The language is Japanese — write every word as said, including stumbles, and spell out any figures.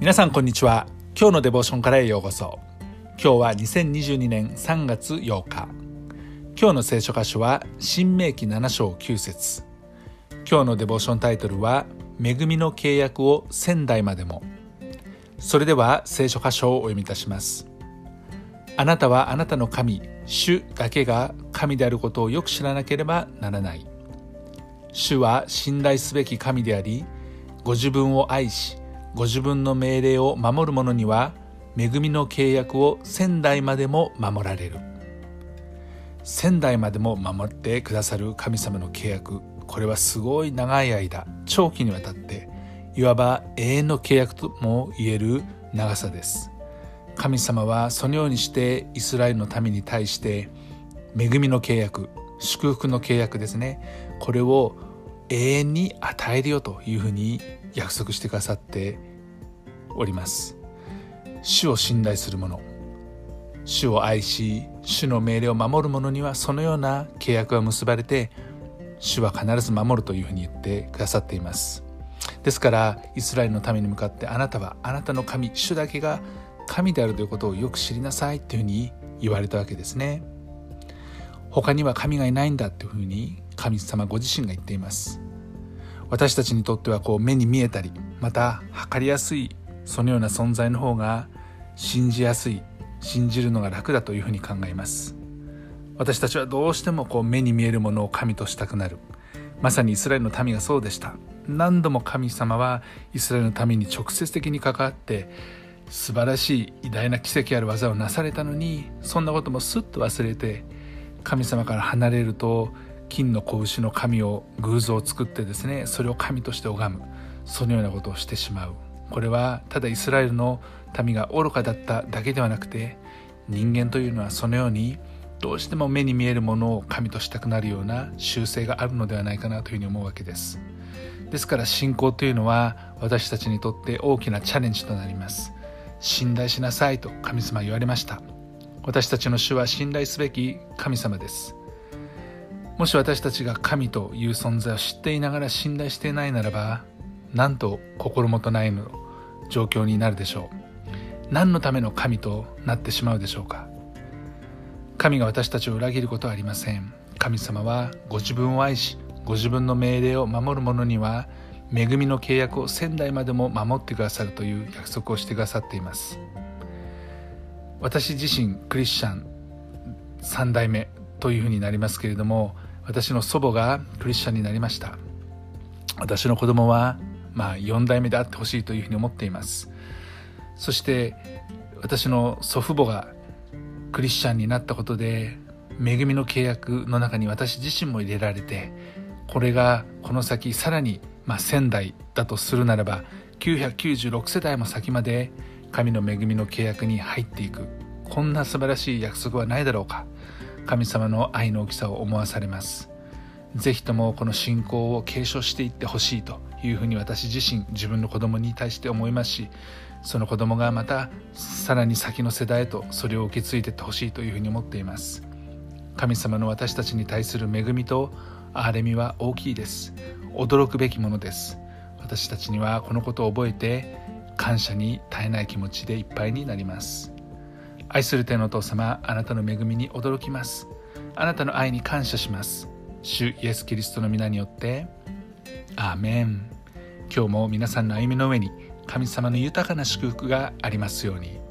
皆さんこんにちは。今日のデボーションからへようこそ。今日はにせんにじゅうにねんさんがつようか。今日の聖書箇所は申命記ななしょうきゅうせつ。今日のデボーションタイトルは恵みの契約を千代までも。それでは聖書箇所をお読みいたします。あなたはあなたの神主だけが神であることをよく知らなければならない。主は信頼すべき神であり、ご自分を愛しご自分の命令を守る者には恵みの契約を千代までも守られる。千代までも守ってくださる神様の契約、これはすごい長い間長期にわたっていわば永遠の契約とも言える長さです。神様はそのようにしてイスラエルの民に対して恵みの契約、祝福の契約ですね、これを永遠に与えるよというふうに約束してくださっております。主を信頼する者、主を愛し主の命令を守る者にはそのような契約が結ばれて、主は必ず守るというふうに言ってくださっています。ですからイスラエルの民に向かって、あなたはあなたの神主だけが神であるということをよく知りなさいというふうに言われたわけですね。他には神がいないんだというふうに神様ご自身が言っています。私たちにとってはこう目に見えたり、また測りやすいそのような存在の方が信じやすい、信じるのが楽だというふうに考えます。私たちはどうしてもこう目に見えるものを神としたくなる。まさにイスラエルの民がそうでした。何度も神様はイスラエルの民に直接的に関わって素晴らしい偉大な奇跡ある技をなされたのに、そんなこともすっと忘れて神様から離れると金の子牛の神を偶像を作ってですね、それを神として拝む、そのようなことをしてしまう。これはただイスラエルの民が愚かだっただけではなくて、人間というのはそのようにどうしても目に見えるものを神としたくなるような習性があるのではないかなというふうに思うわけです。ですから信仰というのは私たちにとって大きなチャレンジとなります。信頼しなさいと神様は言われました。私たちの主は信頼すべき神様です。もし私たちが神という存在を知っていながら信頼していないならば、なんと心もとないの状況になるでしょう。何のための神となってしまうでしょうか。神が私たちを裏切ることはありません。神様はご自分を愛しご自分の命令を守る者には恵みの契約を千代までも守ってくださるという約束をしてくださっています。私自身クリスチャンさんだいめというふうになりますけれども、私の祖母がクリスチャンになりました。私の子供はまあよんだいめであってほしいというふうに思っています。そして私の祖父母がクリスチャンになったことで、恵みの契約の中に私自身も入れられて、これがこの先さらにまあ千代だとするならばきゅうひゃくきゅうじゅうろくせだいも先まで神の恵みの契約に入っていく、こんな素晴らしい約束はないだろうか。神様の愛の大きさを思わされます。ぜひともこの信仰を継承していってほしいというふうに私自身自分の子供に対して思いますし、その子供がまたさらに先の世代へとそれを受け継いでいってほしいというふうに思っています。神様の私たちに対する恵みと憐れみは大きいです。驚くべきものです。私たちにはこのことを覚えて感謝に絶えない気持ちでいっぱいになります。愛する天のお父様、あなたの恵みに驚きます。あなたの愛に感謝します。主イエスキリストの皆によってアーメン。今日も皆さんの歩みの上に神様の豊かな祝福がありますように。